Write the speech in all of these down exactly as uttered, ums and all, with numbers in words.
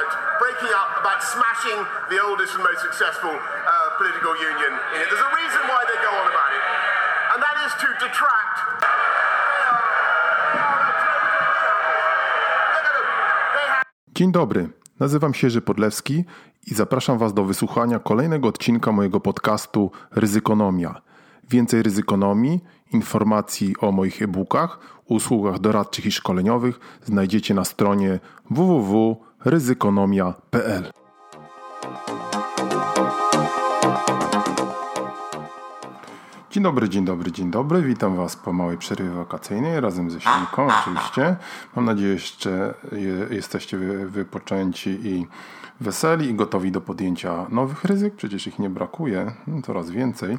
about breaking up, about smashing the oldest and most successful uh, political union in it. There's a reason why they go on about it, and that is to detract. Dzień dobry, nazywam się Jerzy Podlewski i zapraszam Was do wysłuchania kolejnego odcinka mojego podcastu Ryzykonomia. Więcej ryzykonomii, informacji o moich e-bookach, usługach doradczych i szkoleniowych znajdziecie na stronie w w w kropka ryzykonomia kropka p l. Dzień dobry, dzień dobry, dzień dobry. Witam Was po małej przerwie wakacyjnej razem ze Świnką oczywiście. Mam nadzieję, że jesteście wypoczęci i weseli i gotowi do podjęcia nowych ryzyk. Przecież ich nie brakuje, coraz więcej.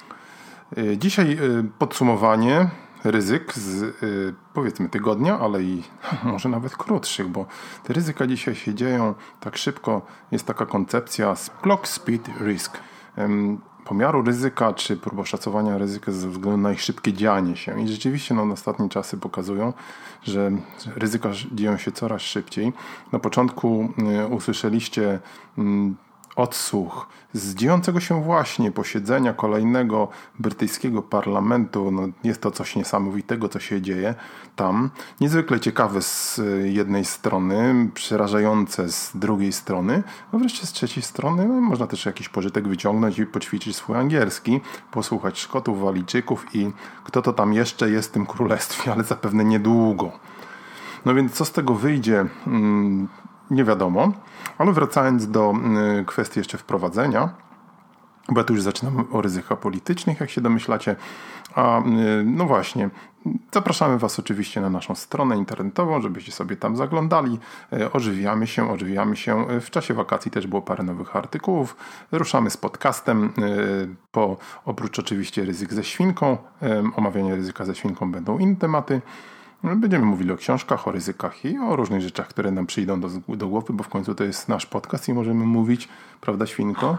Dzisiaj podsumowanie ryzyk z powiedzmy tygodnia, ale i może nawet krótszych, bo te ryzyka dzisiaj się dzieją tak szybko. Jest taka koncepcja clock speed risk. Pomiaru ryzyka, czy próba szacowania ryzyka ze względu na ich szybkie dzianie się. I rzeczywiście no, ostatnie czasy pokazują, że ryzyka dzieją się coraz szybciej. Na początku y, usłyszeliście y, odsłuch z dziejącego się właśnie posiedzenia kolejnego brytyjskiego parlamentu. No, jest to coś niesamowitego, co się dzieje tam. Niezwykle ciekawe z jednej strony, przerażające z drugiej strony, a wreszcie z trzeciej strony no, można też jakiś pożytek wyciągnąć i poćwiczyć swój angielski, posłuchać Szkotów, Walijczyków i kto to tam jeszcze jest w tym królestwie, ale zapewne niedługo. No więc co z tego wyjdzie, hmm, nie wiadomo. Ale wracając do y, kwestii jeszcze wprowadzenia, bo ja tu już zaczynam o ryzykach politycznych, jak się domyślacie. A y, no właśnie, zapraszamy Was oczywiście na naszą stronę internetową, żebyście sobie tam zaglądali. Y, ożywiamy się, ożywiamy się. W czasie wakacji też było parę nowych artykułów. Ruszamy z podcastem. Y, po, oprócz oczywiście ryzyk ze świnką, y, omawiania ryzyka ze świnką będą inne tematy. Będziemy mówili o książkach, o ryzykach i o różnych rzeczach, które nam przyjdą do, do głowy, bo w końcu to jest nasz podcast i możemy mówić, prawda Świnko,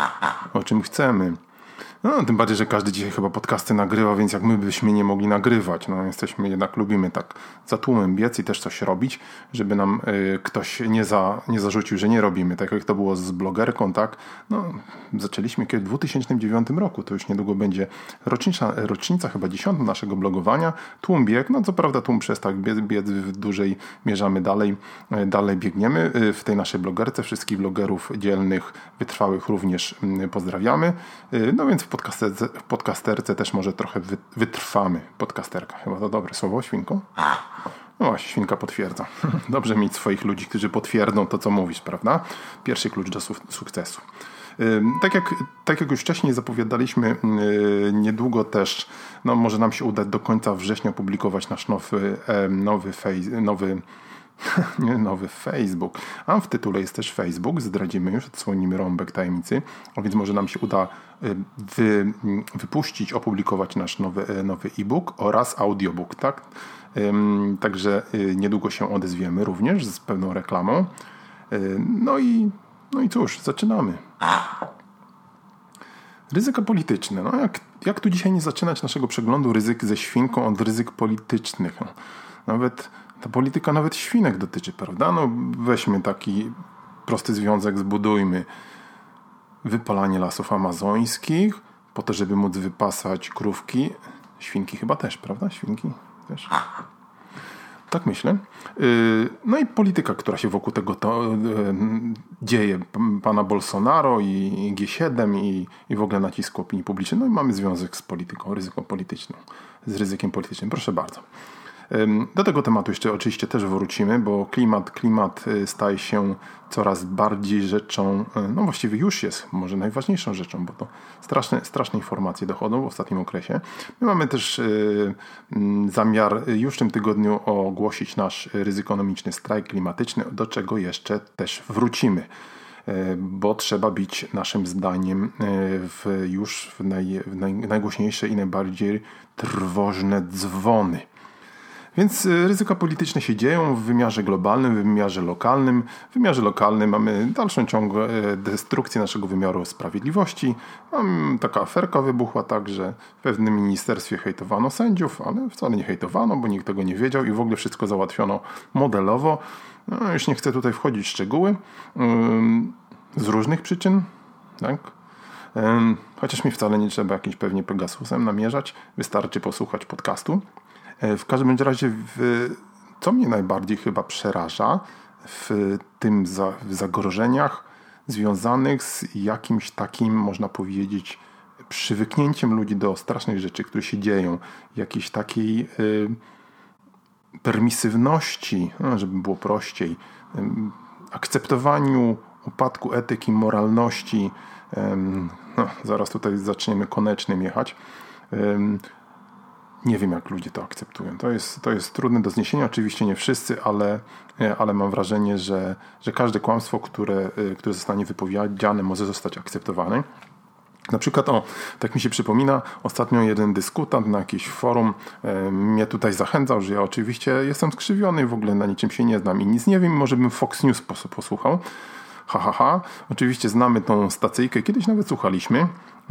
o czym chcemy. No, tym bardziej, że każdy dzisiaj chyba podcasty nagrywa, więc jak my byśmy nie mogli nagrywać. No, jesteśmy jednak, lubimy tak za tłumem biec i też coś robić, żeby nam y, ktoś nie, za, nie zarzucił, że nie robimy. Tak jak to było z blogerką, tak? No, zaczęliśmy kiedy w dwa tysiące dziewiątym roku, to już niedługo będzie rocznica, rocznica chyba dziesiąta naszego blogowania. Tłum bieg, no co prawda tłum przestał biec, biec w dłużej mierzamy dalej, y, dalej biegniemy. Y, w tej naszej blogerce wszystkich blogerów dzielnych, wytrwałych również y, pozdrawiamy. Y, no więc w podcasterce, w podcasterce też może trochę wy, wytrwamy. Podcasterka, chyba to dobre słowo, Świnko? No właśnie, Świnka potwierdza. Dobrze mieć swoich ludzi, którzy potwierdzą to, co mówisz, prawda? Pierwszy klucz do su- sukcesu. Yy, tak, jak, tak jak już wcześniej zapowiadaliśmy, yy, niedługo też, no może nam się udać do końca września opublikować nasz nowy, e, nowy, fej, nowy nie nowy Facebook, a w tytule jest też Facebook, zdradzimy już, odsłonimy rąbek tajemnicy, a więc może nam się uda wy, wypuścić, opublikować nasz nowy, nowy e-book oraz audiobook, tak? Także niedługo się odezwiemy również z pewną reklamą. No i, no i cóż, zaczynamy. Ryzyka polityczne. No jak, jak tu dzisiaj nie zaczynać naszego przeglądu ryzyk ze świnką od ryzyk politycznych? No, nawet ta polityka nawet świnek dotyczy, prawda? No weźmy taki prosty związek, zbudujmy wypalanie lasów amazońskich po to, żeby móc wypasać krówki. Świnki chyba też, prawda? Świnki też. Tak myślę. No i polityka, która się wokół tego to, dzieje. Pana Bolsonaro i G siedem i, i w ogóle nacisk opinii publicznej. No i mamy związek z polityką, ryzyką polityczną. Z ryzykiem politycznym. Proszę bardzo. Do tego tematu jeszcze oczywiście też wrócimy, bo klimat, klimat staje się coraz bardziej rzeczą, no właściwie już jest może najważniejszą rzeczą, bo to straszne, straszne informacje dochodzą w ostatnim okresie. My mamy też y, zamiar już w tym tygodniu ogłosić nasz ryzykonomiczny strajk klimatyczny, do czego jeszcze też wrócimy, bo trzeba bić naszym zdaniem w już w, naj, w naj, najgłośniejsze i najbardziej trwożne dzwony. Więc ryzyka polityczne się dzieją w wymiarze globalnym, w wymiarze lokalnym. W wymiarze lokalnym mamy dalszą ciąg destrukcji naszego wymiaru sprawiedliwości. Mam taka aferka wybuchła tak, że w pewnym ministerstwie hejtowano sędziów, ale wcale nie hejtowano, bo nikt tego nie wiedział i w ogóle wszystko załatwiono modelowo. No, już nie chcę tutaj wchodzić w szczegóły. Z różnych przyczyn, tak? Chociaż mi wcale nie trzeba jakimś pewnie Pegasusem namierzać. Wystarczy posłuchać podcastu. W każdym razie, w, co mnie najbardziej chyba przeraża w tym za, w zagrożeniach związanych z jakimś takim, można powiedzieć, przywyknięciem ludzi do strasznych rzeczy, które się dzieją. Jakiejś takiej y, permisywności, no, żeby było prościej, y, akceptowaniu upadku etyki, moralności. Y, no, zaraz tutaj zaczniemy Konecznym jechać. Y, Nie wiem, jak ludzie to akceptują. To jest, to jest trudne do zniesienia. Oczywiście nie wszyscy, ale, ale mam wrażenie, że, że każde kłamstwo, które, które zostanie wypowiedziane, może zostać akceptowane. Na przykład, o, tak mi się przypomina, ostatnio jeden dyskutant na jakimś forum e, mnie tutaj zachęcał, że ja oczywiście jestem skrzywiony, w ogóle na niczym się nie znam i nic nie wiem, może bym Fox News posłuchał. Ha, ha, ha. Oczywiście znamy tą stacyjkę, kiedyś nawet słuchaliśmy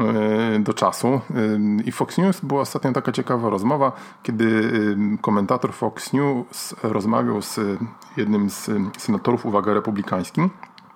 do czasu i Fox News była ostatnio taka ciekawa rozmowa, kiedy komentator Fox News rozmawiał z jednym z senatorów, uwaga, republikańskim.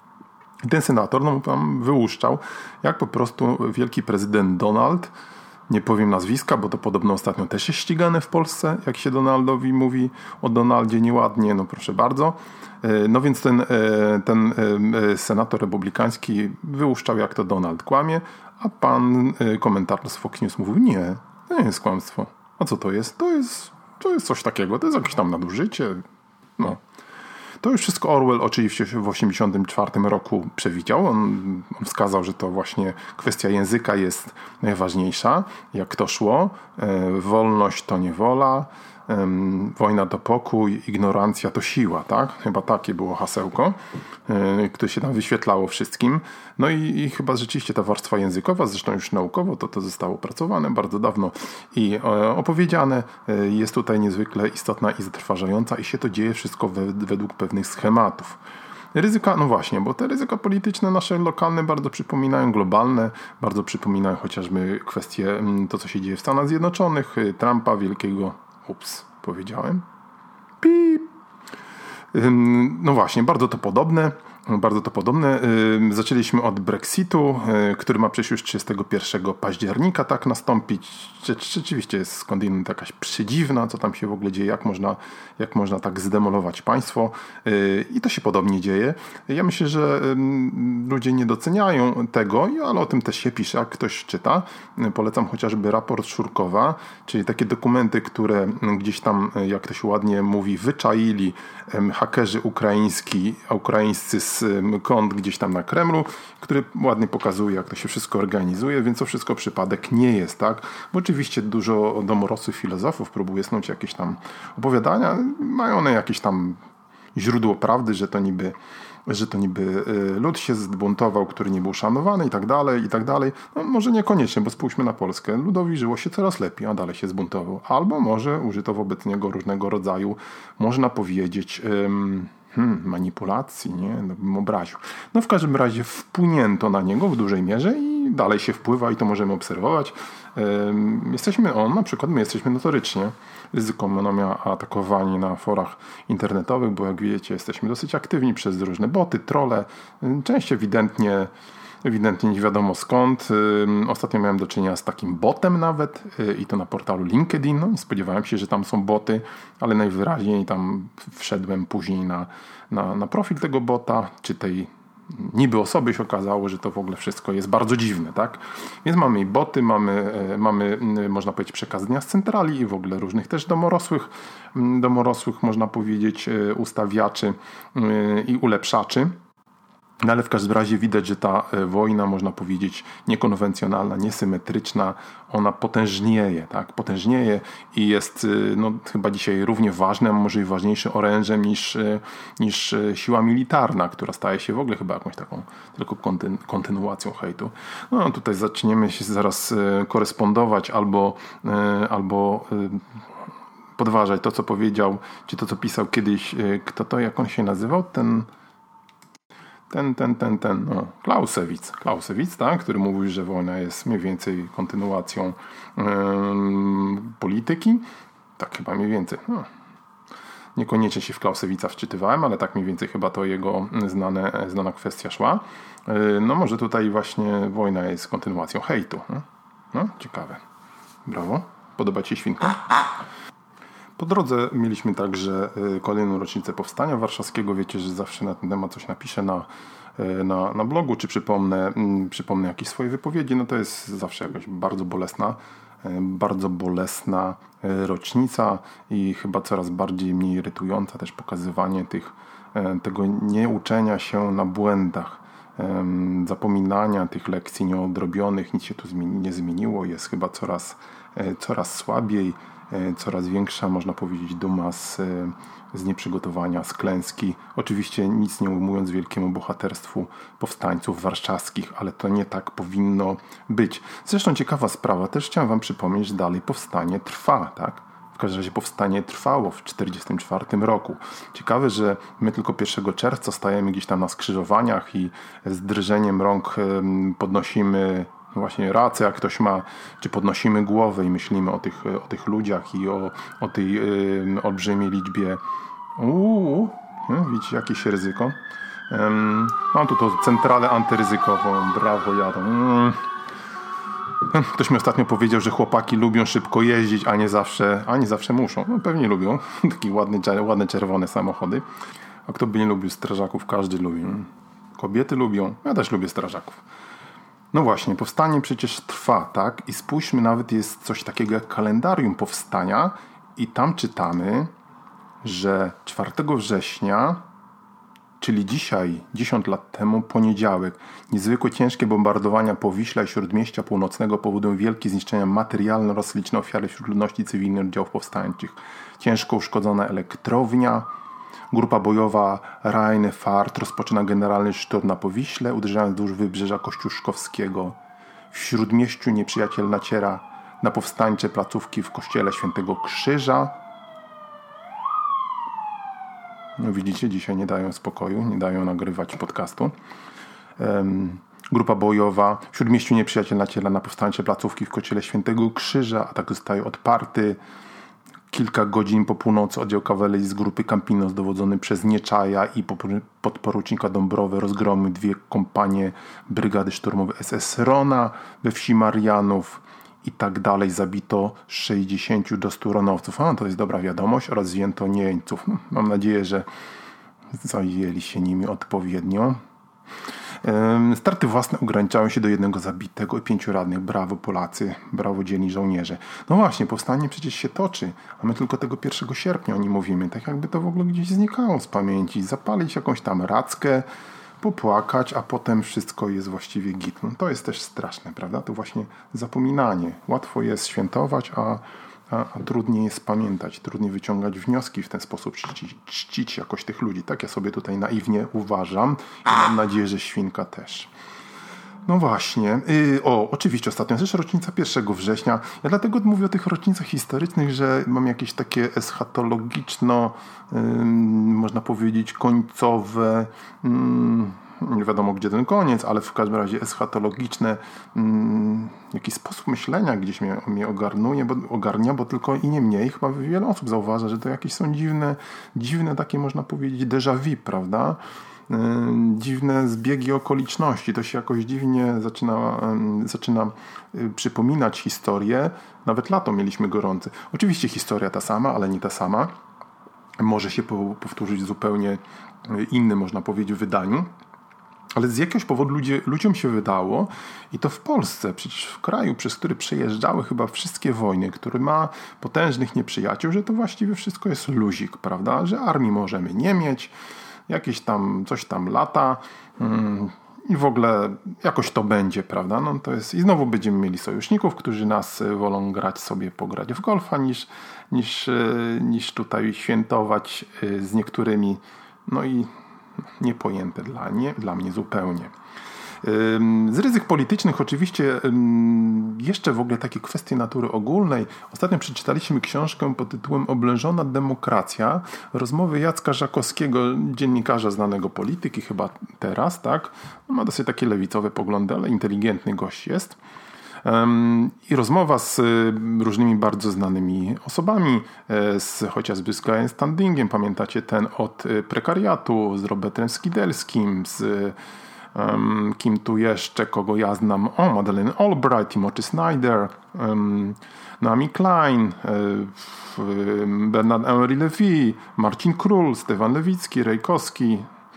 I ten senator no, tam wyłuszczał, jak po prostu wielki prezydent Donald, nie powiem nazwiska, bo to podobno ostatnio też jest ścigane w Polsce, jak się Donaldowi mówi o Donaldzie nieładnie, no proszę bardzo. No więc ten, ten senator republikański wyłuszczał, jak to Donald kłamie, a pan komentator z Fox News mówił, nie, to nie jest kłamstwo. A co to jest? To jest, to jest coś takiego, to jest jakieś tam nadużycie. No. To już wszystko Orwell oczywiście w osiemdziesiątym czwartym roku przewidział. On, on wskazał, że to właśnie kwestia języka jest najważniejsza. Jak to szło? E, wolność to niewola, e, wojna to pokój, ignorancja to siła, tak? Chyba takie było hasełko, e, które się tam wyświetlało wszystkim. No i, i chyba rzeczywiście ta warstwa językowa, zresztą już naukowo, to to zostało opracowane bardzo dawno i e, opowiedziane, e, jest tutaj niezwykle istotna i zatrważająca i się to dzieje wszystko we, według pewnych schematów. Ryzyka, no właśnie, bo te ryzyka polityczne nasze lokalne bardzo przypominają globalne, bardzo przypominają chociażby kwestie, to co się dzieje w Stanach Zjednoczonych, Trumpa wielkiego, ups, powiedziałem, pip. No właśnie, bardzo to podobne. Bardzo to podobne. Zaczęliśmy od Brexitu, który ma przecież już trzydziestego pierwszego października tak nastąpić. Rzeczywiście jest skądinąd jakaś przedziwna, co tam się w ogóle dzieje, jak można, jak można tak zdemolować państwo. I to się podobnie dzieje. Ja myślę, że ludzie nie doceniają tego, ale o tym też się pisze, jak ktoś czyta. Polecam chociażby raport Szurkowa, czyli takie dokumenty, które gdzieś tam, jak to się ładnie mówi, wyczaili hakerzy ukraiński, ukraińscy z kąt gdzieś tam na Kremlu, który ładnie pokazuje, jak to się wszystko organizuje, więc to wszystko przypadek nie jest, tak? Bo oczywiście dużo domorosłych filozofów próbuje snuć jakieś tam opowiadania, mają one jakieś tam źródło prawdy, że to niby że to niby lud się zbuntował, który nie był szanowany i tak dalej, i tak dalej. No może niekoniecznie, bo spójrzmy na Polskę. Ludowi żyło się coraz lepiej, a dalej się zbuntował. Albo może użyto wobec niego różnego rodzaju, można powiedzieć, um, hmm, manipulacji, nie? No, bym obraził. No w każdym razie wpłynięto na niego w dużej mierze i dalej się wpływa i to możemy obserwować. Um, jesteśmy, on na przykład, my jesteśmy notorycznie ryzykonomia atakowani na forach internetowych, bo jak wiecie, jesteśmy dosyć aktywni przez różne boty, trolle, część ewidentnie, ewidentnie nie wiadomo skąd. Ostatnio miałem do czynienia z takim botem nawet i to na portalu LinkedIn. No, nie spodziewałem się, że tam są boty, ale najwyraźniej tam wszedłem później na, na, na profil tego bota, czy tej niby osoby, się okazało, że to w ogóle wszystko jest bardzo dziwne, tak? Więc mamy i boty, mamy, mamy można powiedzieć przekaz dnia z centrali i w ogóle różnych też domorosłych, domorosłych można powiedzieć ustawiaczy i ulepszaczy. No ale w każdym razie widać, że ta wojna, można powiedzieć, niekonwencjonalna, niesymetryczna, ona potężnieje, tak? Potężnieje i jest no, chyba dzisiaj równie ważnym, może i ważniejszym orężem niż, niż siła militarna, która staje się w ogóle chyba jakąś taką tylko kontynu- kontynuacją hejtu. No tutaj zaczniemy się zaraz korespondować albo, albo podważać to, co powiedział, czy to, co pisał kiedyś, kto to, jak on się nazywał, ten ten, ten, ten, ten, no, Clausewitz, Clausewitz, tak, który mówił, że wojna jest mniej więcej kontynuacją yy, polityki, tak chyba mniej więcej, no. Niekoniecznie się w Clausewitza wczytywałem, ale tak mniej więcej chyba to jego znane, znana kwestia szła. Yy, no może tutaj właśnie wojna jest kontynuacją hejtu. No, no ciekawe. Brawo. Podoba Ci się świnka? Po drodze mieliśmy także kolejną rocznicę Powstania Warszawskiego. Wiecie, że zawsze na ten temat coś napiszę na, na, na blogu, czy przypomnę, przypomnę jakieś swoje wypowiedzi. No to jest zawsze jakaś bardzo bolesna, bardzo bolesna rocznica i chyba coraz bardziej mnie irytująca też pokazywanie tych, tego nieuczenia się na błędach, zapominania tych lekcji nieodrobionych. Nic się tu nie zmieniło, jest chyba coraz, coraz słabiej. Coraz większa, można powiedzieć, duma z, z nieprzygotowania, z klęski. Oczywiście nic nie ujmując wielkiemu bohaterstwu powstańców warszawskich, ale to nie tak powinno być. Zresztą ciekawa sprawa, też chciałem wam przypomnieć, że dalej powstanie trwa, tak? W każdym razie powstanie trwało w tysiąc dziewięćset czterdziestym czwartym roku. Ciekawe, że my tylko pierwszego czerwca stajemy gdzieś tam na skrzyżowaniach i z drżeniem rąk podnosimy właśnie rację, jak ktoś ma, czy podnosimy głowę i myślimy o tych, o tych ludziach i o, o tej y, olbrzymiej liczbie. Uuu, no, widzicie, jakieś ryzyko. Um, mam tu tą centralę antyryzykową, brawo, jadą. Um. Ktoś mi ostatnio powiedział, że chłopaki lubią szybko jeździć, a nie zawsze, a nie zawsze muszą. No, pewnie lubią. Takie ładne, ładne czerwone samochody. A kto by nie lubił strażaków? Każdy lubi. Kobiety lubią. Ja też lubię strażaków. No właśnie, powstanie przecież trwa, tak? I spójrzmy, nawet jest coś takiego jak kalendarium powstania i tam czytamy, że czwartego września, czyli dzisiaj, dziesięć lat temu, poniedziałek, niezwykle ciężkie bombardowania Powiśla i Śródmieścia Północnego powodują wielkie zniszczenia materialne oraz liczne ofiary wśród ludności cywilnej oddziałów powstańczych. Ciężko uszkodzona elektrownia. Grupa bojowa Rheinfahrt rozpoczyna generalny szturm na Powiśle, uderzając wzdłuż wybrzeża Kościuszkowskiego. W Śródmieściu nieprzyjaciel naciera na powstańcze placówki w kościele Świętego Krzyża. No widzicie, dzisiaj nie dają spokoju, nie dają nagrywać podcastu. Um, grupa bojowa w Śródmieściu nieprzyjaciel naciera na powstańcze placówki w kościele Świętego Krzyża. Atak zostaje odparty. Kilka godzin po północy oddział kawalerii z grupy Campinos dowodzony przez Nieczaja i podporucznika Dąbrowy rozgromił dwie kompanie brygady szturmowej S S Rona we wsi Marianów i tak dalej. Zabito sześćdziesięciu do stu ronowców. A, to jest dobra wiadomość. Oraz zjęto jeńców. No, mam nadzieję, że zajęli się nimi odpowiednio. Straty własne ograniczają się do jednego zabitego i pięciu rannych. Brawo Polacy, brawo dzielni żołnierze. No właśnie, powstanie przecież się toczy, a my tylko tego pierwszego sierpnia o nim mówimy. Tak jakby to w ogóle gdzieś znikało z pamięci. Zapalić jakąś tam rackę, popłakać, a potem wszystko jest właściwie git. No to jest też straszne, prawda? To właśnie zapominanie. Łatwo jest świętować, a A, a trudniej jest pamiętać, trudniej wyciągać wnioski w ten sposób, czcić, czcić jakoś tych ludzi. Tak ja sobie tutaj naiwnie uważam i mam nadzieję, że świnka też. No właśnie. Yy, o, oczywiście ostatnio też rocznica pierwszego września. Ja dlatego mówię o tych rocznicach historycznych, że mam jakieś takie eschatologiczno, yy, można powiedzieć, końcowe... Yy, nie wiadomo gdzie ten koniec, ale w każdym razie eschatologiczne mm, jakiś sposób myślenia gdzieś mnie, mnie ogarnuje, bo, ogarnia, bo tylko i nie mniej. Chyba wiele osób zauważa, że to jakieś są dziwne, dziwne takie można powiedzieć déjà vu, prawda? Yy, dziwne zbiegi okoliczności. To się jakoś dziwnie zaczyna, yy, zaczyna yy, przypominać historię. Nawet lato mieliśmy gorące. Oczywiście historia ta sama, ale nie ta sama. Może się po, powtórzyć w zupełnie innym, można powiedzieć, wydaniu. Ale z jakiegoś powodu ludzie, ludziom się wydało, i to w Polsce, przecież w kraju, przez który przejeżdżały chyba wszystkie wojny, który ma potężnych nieprzyjaciół, że to właściwie wszystko jest luzik, prawda? Że armii możemy nie mieć, jakieś tam, coś tam lata mm, i w ogóle jakoś to będzie, prawda? No to jest, i znowu będziemy mieli sojuszników, którzy nas wolą grać sobie, pograć w golfa, niż, niż, niż tutaj świętować z niektórymi, no i niepojęte dla, nie, dla mnie zupełnie. Z ryzyk politycznych oczywiście jeszcze w ogóle takie kwestie natury ogólnej. Ostatnio przeczytaliśmy książkę pod tytułem Oblężona demokracja. Rozmowy Jacka Żakowskiego, dziennikarza, znanego polityki chyba teraz, tak? Ma dosyć takie lewicowe poglądy, ale inteligentny gość jest. I rozmowa z różnymi bardzo znanymi osobami, z chociażby z Guyem Standingiem, pamiętacie ten od prekariatu, z Robertem Skidelskim, z um, kim tu jeszcze, kogo ja znam, o, Madeleine Albright, Timothy Snyder, um, Naomi Klein, um, Bernard Henry Levy, Marcin Król, Stefan Lewicki, Rejkowski,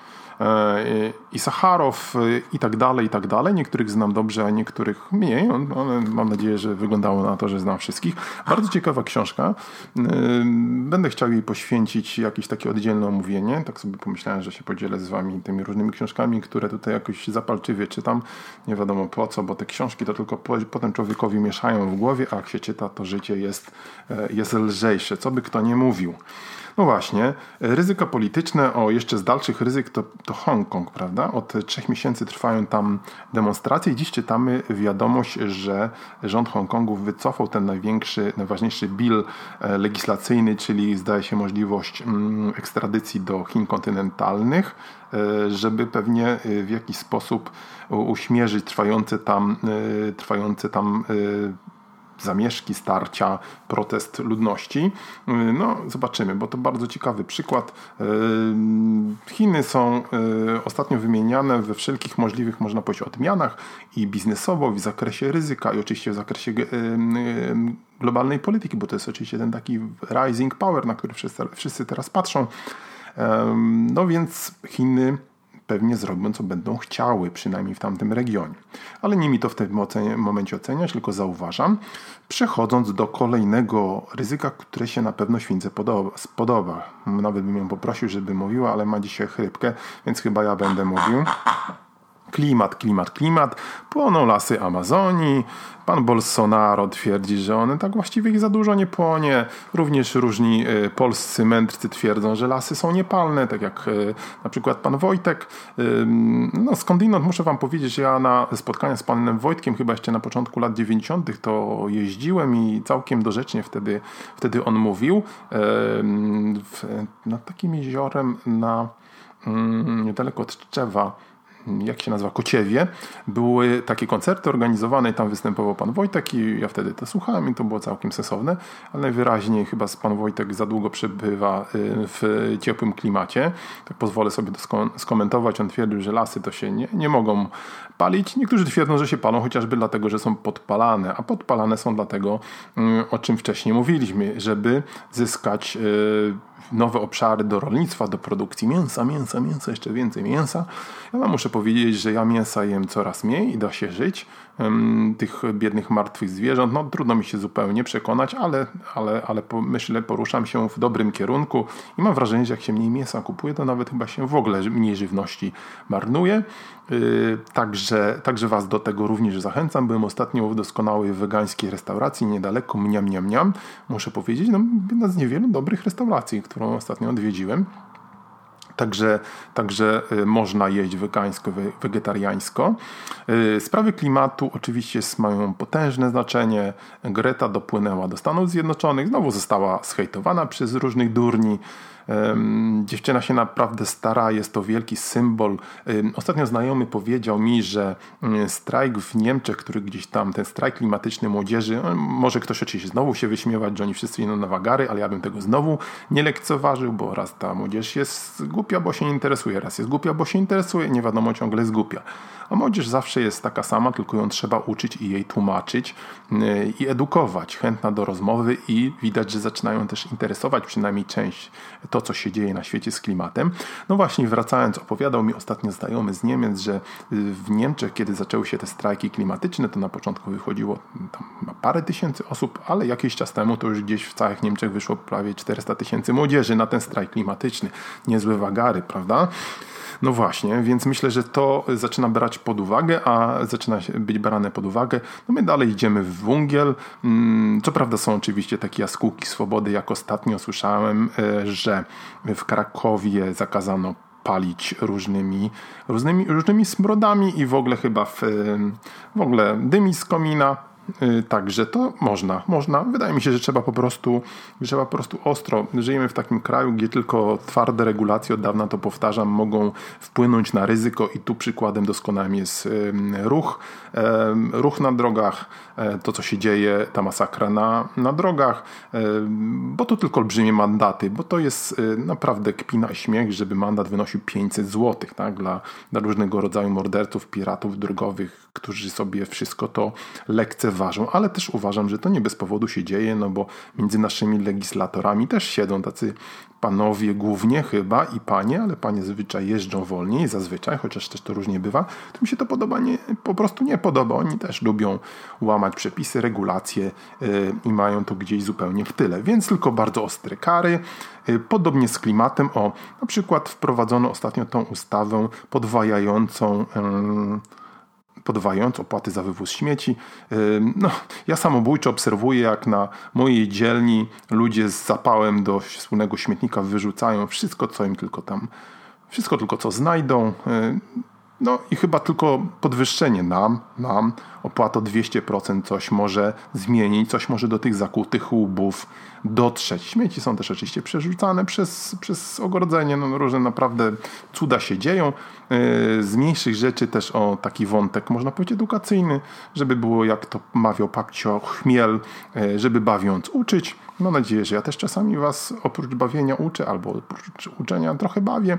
i Sacharow i tak dalej, i tak dalej. Niektórych znam dobrze, a niektórych mniej. Ale mam nadzieję, że wyglądało na to, że znam wszystkich. Bardzo ciekawa książka. Będę chciał jej poświęcić jakieś takie oddzielne omówienie. Tak sobie pomyślałem, że się podzielę z wami tymi różnymi książkami, które tutaj jakoś zapalczywie czytam. Nie wiadomo po co, bo te książki to tylko potem człowiekowi mieszają w głowie, a jak się czyta, to życie jest, jest lżejsze. Co by kto nie mówił. No właśnie, ryzyka polityczne, o jeszcze z dalszych ryzyk to, to Hongkong, prawda? Od trzech miesięcy trwają tam demonstracje i dziś czytamy wiadomość, że rząd Hongkongu wycofał ten największy, najważniejszy bill legislacyjny, czyli zdaje się możliwość ekstradycji do Chin kontynentalnych, żeby pewnie w jakiś sposób uśmierzyć trwające tam, trwające tam zamieszki, starcia, protest ludności. No, zobaczymy, bo to bardzo ciekawy przykład. Chiny są ostatnio wymieniane we wszelkich możliwych, można powiedzieć, odmianach i biznesowo, i w zakresie ryzyka, i oczywiście w zakresie globalnej polityki, bo to jest oczywiście ten taki rising power, na który wszyscy, wszyscy teraz patrzą. No więc Chiny pewnie zrobią, co będą chciały, przynajmniej w tamtym regionie. Ale nie mi to w tym momencie oceniać, tylko zauważam, przechodząc do kolejnego ryzyka, które się na pewno śwince podoba. spodoba. Nawet bym ją poprosił, żeby mówiła, ale ma dzisiaj chrypkę, więc chyba ja będę mówił. Klimat, klimat, klimat. Płoną lasy Amazonii. Pan Bolsonaro twierdzi, że one tak właściwie ich za dużo nie płonie. Również różni y, polscy mędrcy twierdzą, że lasy są niepalne, tak jak y, na przykład pan Wojtek. Y, no skądinąd muszę wam powiedzieć, że ja na spotkania z panem Wojtkiem chyba jeszcze na początku lat dziewięćdziesiątych to jeździłem i całkiem dorzecznie wtedy, wtedy on mówił. Y, w, nad takim jeziorem na y, niedaleko od Tczewa, jak się nazywa, Kociewie, były takie koncerty organizowane i tam występował pan Wojtek i ja wtedy to słuchałem i to było całkiem sensowne, ale najwyraźniej chyba pan Wojtek za długo przebywa w ciepłym klimacie. Tak pozwolę sobie to skomentować. On twierdził, że lasy to się nie, nie mogą palić. Niektórzy twierdzą, że się palą chociażby dlatego, że są podpalane, a podpalane są dlatego, o czym wcześniej mówiliśmy, żeby zyskać nowe obszary do rolnictwa, do produkcji mięsa, mięsa, mięsa, jeszcze więcej mięsa. Ja wam muszę powiedzieć, że ja mięsa jem coraz mniej i da się żyć. Um, tych biednych martwych zwierząt, no trudno mi się zupełnie przekonać, ale, ale, ale po, myślę, poruszam się w dobrym kierunku i mam wrażenie, że jak się mniej mięsa kupuje, to nawet chyba się w ogóle mniej żywności marnuje. Yy, także, także was do tego również zachęcam. Byłem ostatnio w doskonałej wegańskiej restauracji niedaleko, mniam, mniam, mniam. Muszę powiedzieć, no jedna z niewielu dobrych restauracji, którą ostatnio odwiedziłem. Także, także można jeść wegańsko, wegetariańsko. Sprawy klimatu oczywiście mają potężne znaczenie. Greta dopłynęła do Stanów Zjednoczonych, znowu została zhejtowana przez różnych durni. Dziewczyna się naprawdę stara, jest to wielki symbol. Ostatnio znajomy powiedział mi, że strajk w Niemczech, który gdzieś tam, ten strajk klimatyczny młodzieży, może ktoś oczywiście znowu się wyśmiewać, że oni wszyscy idą na wagary, ale ja bym tego znowu nie lekceważył, bo raz ta młodzież jest głupia, bo się nie interesuje, raz jest głupia, bo się interesuje, nie wiadomo, ciągle jest głupia. A młodzież zawsze jest taka sama, tylko ją trzeba uczyć i jej tłumaczyć i edukować, chętna do rozmowy i widać, że zaczynają też interesować przynajmniej część to, co się dzieje na świecie z klimatem. No właśnie, wracając, opowiadał mi ostatnio znajomy z Niemiec, że w Niemczech, kiedy zaczęły się te strajki klimatyczne, to na początku wychodziło tam parę tysięcy osób, ale jakiś czas temu to już gdzieś w całych Niemczech wyszło prawie czterysta tysięcy młodzieży na ten strajk klimatyczny. Niezłe wagary, prawda? No właśnie, więc myślę, że to zaczyna brać pod uwagę, a zaczyna być brane pod uwagę. No my dalej idziemy w węgiel. Co prawda są oczywiście takie jaskółki swobody, jak ostatnio słyszałem, że w Krakowie zakazano palić różnymi, różnymi, różnymi smrodami i w ogóle chyba w, w ogóle dymi z komina. Także to można, można. Wydaje mi się, że trzeba po prostu, trzeba po prostu ostro. Żyjemy w takim kraju, gdzie tylko twarde regulacje, od dawna to powtarzam, mogą wpłynąć na ryzyko i tu przykładem doskonałym jest ruch, ruch na drogach, to co się dzieje, ta masakra na, na drogach, bo to tylko olbrzymie mandaty, bo to jest naprawdę kpina i śmiech, żeby mandat wynosił pięćset złotych, tak? Dla, dla różnego rodzaju morderców, piratów drogowych, którzy sobie wszystko to lekceważą, ale też uważam, że to nie bez powodu się dzieje, no bo między naszymi legislatorami też siedzą tacy panowie głównie chyba i panie, ale panie zazwyczaj jeżdżą wolniej, zazwyczaj, chociaż też to różnie bywa, to mi się to podoba, nie, po prostu nie podoba. Oni też lubią łamać przepisy, regulacje yy, i mają to gdzieś zupełnie w tyle, więc tylko bardzo ostre kary. Yy, podobnie z klimatem, o, na przykład wprowadzono ostatnio tą ustawę podwajającą yy, podwajając opłaty za wywóz śmieci. No, ja samobójczo obserwuję, jak na mojej dzielni ludzie z zapałem do wspólnego śmietnika wyrzucają wszystko, co im tylko tam, wszystko tylko co znajdą. No i chyba tylko podwyższenie nam, nam opłat o dwieście procent coś może zmienić, coś może do tych zakutych łbów dotrzeć. Śmieci są też oczywiście przerzucane przez, przez ogrodzenie, no różne naprawdę cuda się dzieją. Z mniejszych rzeczy też o taki wątek, można powiedzieć, edukacyjny, żeby było, jak to mawiał Pakcio Chmiel, żeby bawiąc uczyć. Mam nadzieję, że ja też czasami was oprócz bawienia uczę, albo oprócz uczenia trochę bawię.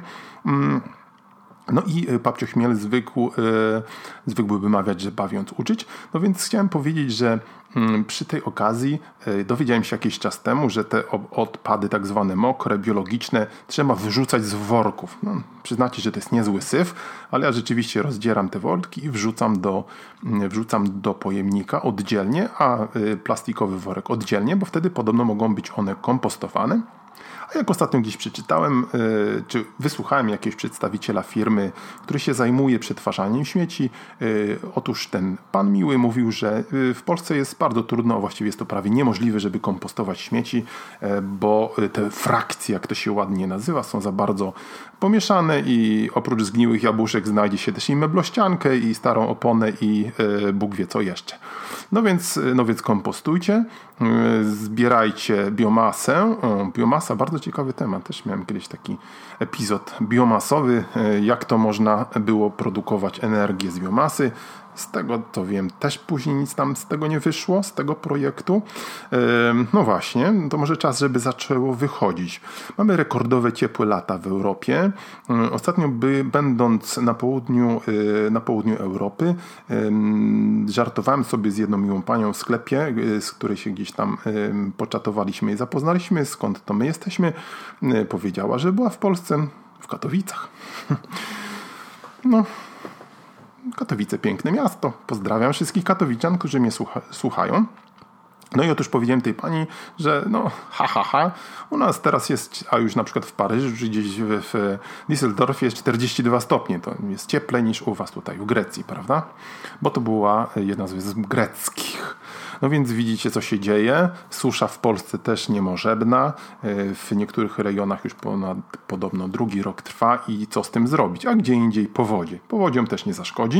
No i Papcio Chmiel zwykł, yy, zwykł wymawiać, że bawiąc uczyć. No więc chciałem powiedzieć, że yy, przy tej okazji yy, dowiedziałem się jakiś czas temu, że te odpady tak zwane mokre, biologiczne trzeba wyrzucać z worków. No, przyznacie, że to jest niezły syf, ale ja rzeczywiście rozdzieram te worki i wrzucam do, yy, wrzucam do pojemnika oddzielnie, a yy, plastikowy worek oddzielnie, bo wtedy podobno mogą być one kompostowane. A jak ostatnio gdzieś przeczytałem, yy, czy wysłuchałem jakiegoś przedstawiciela firmy, który się zajmuje przetwarzaniem śmieci, yy, otóż ten pan miły mówił, że yy, w Polsce jest bardzo trudno, a właściwie jest to prawie niemożliwe, żeby kompostować śmieci, yy, bo te frakcje, jak to się ładnie nazywa, są za bardzo pomieszane i oprócz zgniłych jabłuszek znajdzie się też i meblościankę, i starą oponę, i yy, Bóg wie co jeszcze. No więc, no więc kompostujcie, yy, zbierajcie biomasę. O, biomasa, bardzo ciekawy temat. Też miałem kiedyś taki epizod biomasowy, jak to można było produkować energię z biomasy. Z tego to wiem, też później nic tam z tego nie wyszło, z tego projektu. No właśnie, to może czas, żeby zaczęło wychodzić. Mamy rekordowe ciepłe lata w Europie. Ostatnio by, będąc na południu, na południu Europy, żartowałem sobie z jedną miłą panią w sklepie, z której się gdzieś tam poczatowaliśmy i zapoznaliśmy, skąd to my jesteśmy. Powiedziała, że była w Polsce, w Katowicach. No... Katowice, piękne miasto. Pozdrawiam wszystkich katowiczan, którzy mnie słucha- słuchają. No i otóż powiedziałem tej pani, że no ha, ha, ha, u nas teraz jest, a już na przykład w Paryżu, czy gdzieś w, w Düsseldorfie jest czterdzieści dwa stopnie. To jest cieplej niż u was tutaj w Grecji, prawda? Bo to była jedna z wysp greckich. No więc widzicie, co się dzieje. Susza w Polsce też niemożebna. W niektórych rejonach już ponad, podobno drugi rok trwa i co z tym zrobić? A gdzie indziej powodzie. Powodziom też nie zaszkodzi.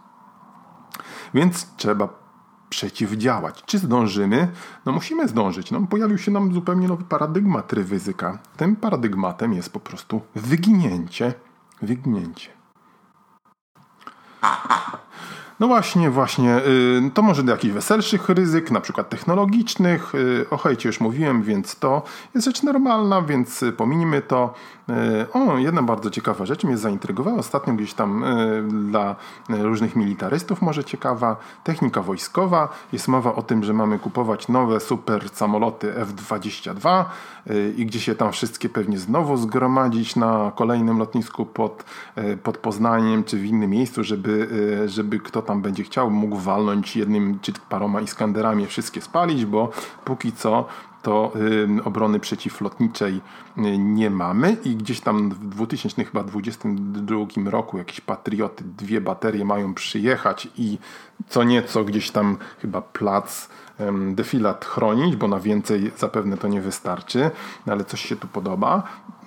Więc trzeba przeciwdziałać. Czy zdążymy? No musimy zdążyć. No, pojawił się nam zupełnie nowy paradygmat ryzyka. Tym paradygmatem jest po prostu wyginięcie. Wyginięcie. No właśnie, właśnie, to może do jakichś weselszych ryzyk, na przykład technologicznych. O hejcie już mówiłem, więc to jest rzecz normalna, więc pominijmy to. O, jedna bardzo ciekawa rzecz mnie zaintrygowała ostatnio gdzieś tam dla różnych militarystów, może ciekawa. Technika wojskowa. Jest mowa o tym, że mamy kupować nowe super samoloty F dwadzieścia dwa i gdzie się tam wszystkie pewnie znowu zgromadzić na kolejnym lotnisku pod, pod Poznaniem czy w innym miejscu, żeby, żeby kto tam będzie chciał, mógł walnąć jednym czy paroma Iskanderami wszystkie spalić, bo póki co to y, obrony przeciwlotniczej y, nie mamy i gdzieś tam w dwa tysiące dwudziestym drugim roku jakieś patrioty, dwie baterie mają przyjechać i co nieco gdzieś tam chyba plac y, defilat chronić, bo na więcej zapewne to nie wystarczy, no ale coś się tu podoba.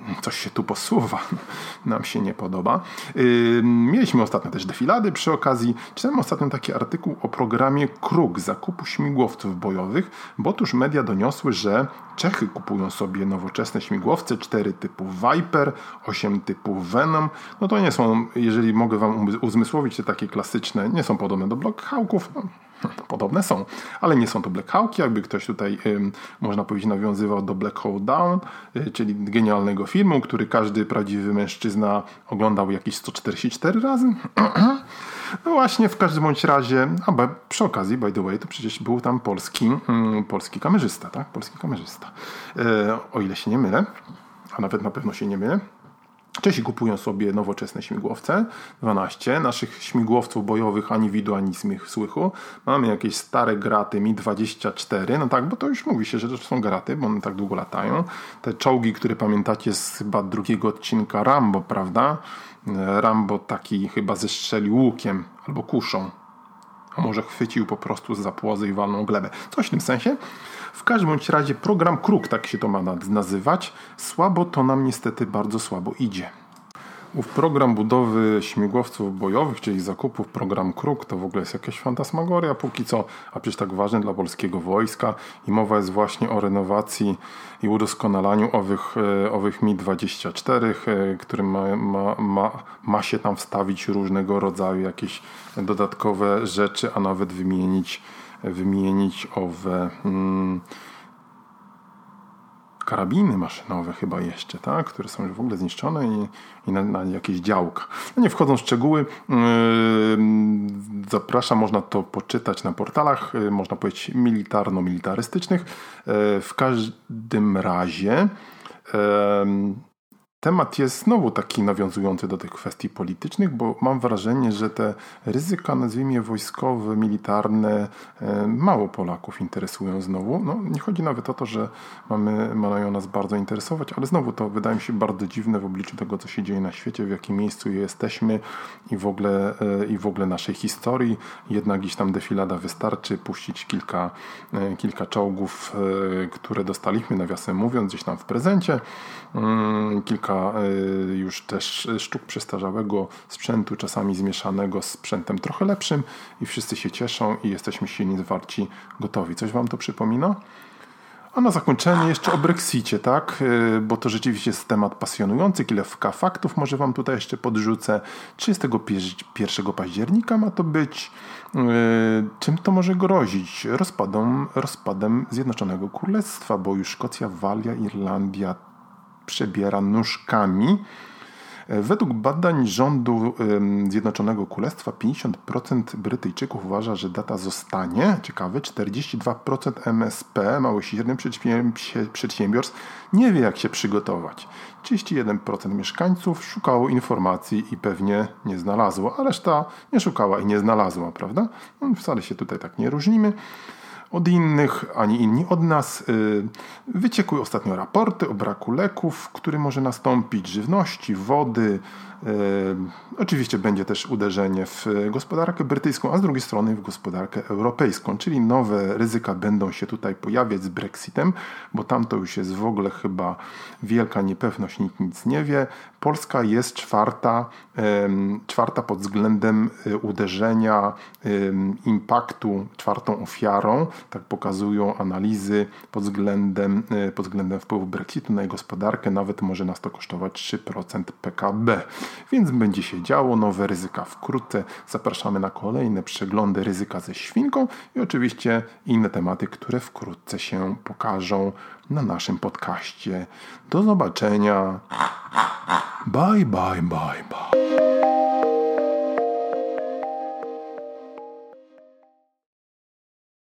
coś się tu posuwa, nam się nie podoba. Yy, mieliśmy ostatnio też defilady przy okazji. Czytałem ostatnio taki artykuł o programie Kruk, zakupu śmigłowców bojowych, bo otóż media doniosły, że Czechy kupują sobie nowoczesne śmigłowce, cztery typu Viper, osiem typu Venom. No to nie są, jeżeli mogę wam uzmysłowić, te takie klasyczne, nie są podobne do Black Hawków. No, podobne są, ale nie są to Black Hawki, jakby ktoś tutaj, ym, można powiedzieć, nawiązywał do Black Hawk Down, y, czyli genialnego filmu, który każdy prawdziwy mężczyzna oglądał jakieś sto czterdzieści cztery razy. No właśnie, w każdym bądź razie, a be, przy okazji, by the way, to przecież był tam polski, mm, polski kamerzysta, tak? Polski kamerzysta. E, o ile się nie mylę, a nawet na pewno się nie mylę. Czesi kupują sobie nowoczesne śmigłowce, dwanaście. Naszych śmigłowców bojowych ani widu, ani słychu. Mamy jakieś stare graty Mi dwadzieścia cztery, no tak, bo to już mówi się, że to są graty, bo one tak długo latają. Te czołgi, które pamiętacie z chyba drugiego odcinka Rambo, prawda? Rambo taki chyba zestrzelił łukiem albo kuszą. A może chwycił po prostu za płozy i walną glebę. Coś w tym sensie. W każdym bądź razie program Kruk, tak się to ma nazywać, słabo to nam niestety bardzo słabo idzie. Ów program budowy śmigłowców bojowych, czyli zakupów, program Kruk, to w ogóle jest jakaś fantasmagoria póki co, a przecież tak ważny dla polskiego wojska i mowa jest właśnie o renowacji i udoskonalaniu owych, owych Mi dwadzieścia cztery, którym ma, ma, ma, ma się tam wstawić różnego rodzaju jakieś dodatkowe rzeczy, a nawet wymienić wymienić owe hmm, karabiny maszynowe chyba jeszcze, tak? Które są już w ogóle zniszczone i, i na, na jakieś działka. No nie wchodzą w szczegóły. Yy, zapraszam, można to poczytać na portalach, yy, można powiedzieć militarno-militarystycznych. Yy, w każdym razie yy, temat jest znowu taki nawiązujący do tych kwestii politycznych, bo mam wrażenie, że te ryzyka, nazwijmy je wojskowe, militarne, mało Polaków interesują znowu. No, nie chodzi nawet o to, że mamy, mają nas bardzo interesować, ale znowu to wydaje mi się bardzo dziwne w obliczu tego, co się dzieje na świecie, w jakim miejscu jesteśmy i w ogóle, i w ogóle naszej historii. Jednak gdzieś tam defilada wystarczy puścić kilka, kilka czołgów, które dostaliśmy, nawiasem mówiąc, gdzieś tam w prezencie. Kilka już też sztuk przestarzałego sprzętu, czasami zmieszanego z sprzętem trochę lepszym i wszyscy się cieszą i jesteśmy silni, zwarci, gotowi. Coś wam to przypomina? A na zakończenie jeszcze o Brexicie, tak? Bo to rzeczywiście jest temat pasjonujący. Kilka faktów może wam tutaj jeszcze podrzucę. trzydziestego pierwszego października ma to być. Czym to może grozić? Rozpadem, rozpadem Zjednoczonego Królestwa, bo już Szkocja, Walia, Irlandia przebiera nóżkami. Według badań rządu Zjednoczonego Królestwa pięćdziesiąt procent Brytyjczyków uważa, że data zostanie. Ciekawe, czterdzieści dwa procent M S P, małych i średnich przedsiębiorstw, nie wie, jak się przygotować. trzydzieści jeden procent mieszkańców szukało informacji i pewnie nie znalazło, a reszta nie szukała i nie znalazła, prawda? No, wcale się tutaj tak nie różnimy od innych, ani inni od nas. Wyciekły ostatnio raporty o braku leków, który może nastąpić, żywności, wody. Oczywiście będzie też uderzenie w gospodarkę brytyjską, a z drugiej strony w gospodarkę europejską, czyli nowe ryzyka będą się tutaj pojawiać z Brexitem, bo tam to już jest w ogóle chyba wielka niepewność, nikt nic nie wie. Polska jest czwarta, czwarta pod względem uderzenia, impaktu, czwartą ofiarą, tak pokazują analizy pod względem, pod względem wpływu Brexitu na jej gospodarkę, nawet może nas to kosztować trzy procent P K B. Więc będzie się działo, nowe ryzyka wkrótce. Zapraszamy na kolejne przeglądy ryzyka ze świnką i oczywiście inne tematy, które wkrótce się pokażą na naszym podcaście. Do zobaczenia. Bye, bye, bye, bye.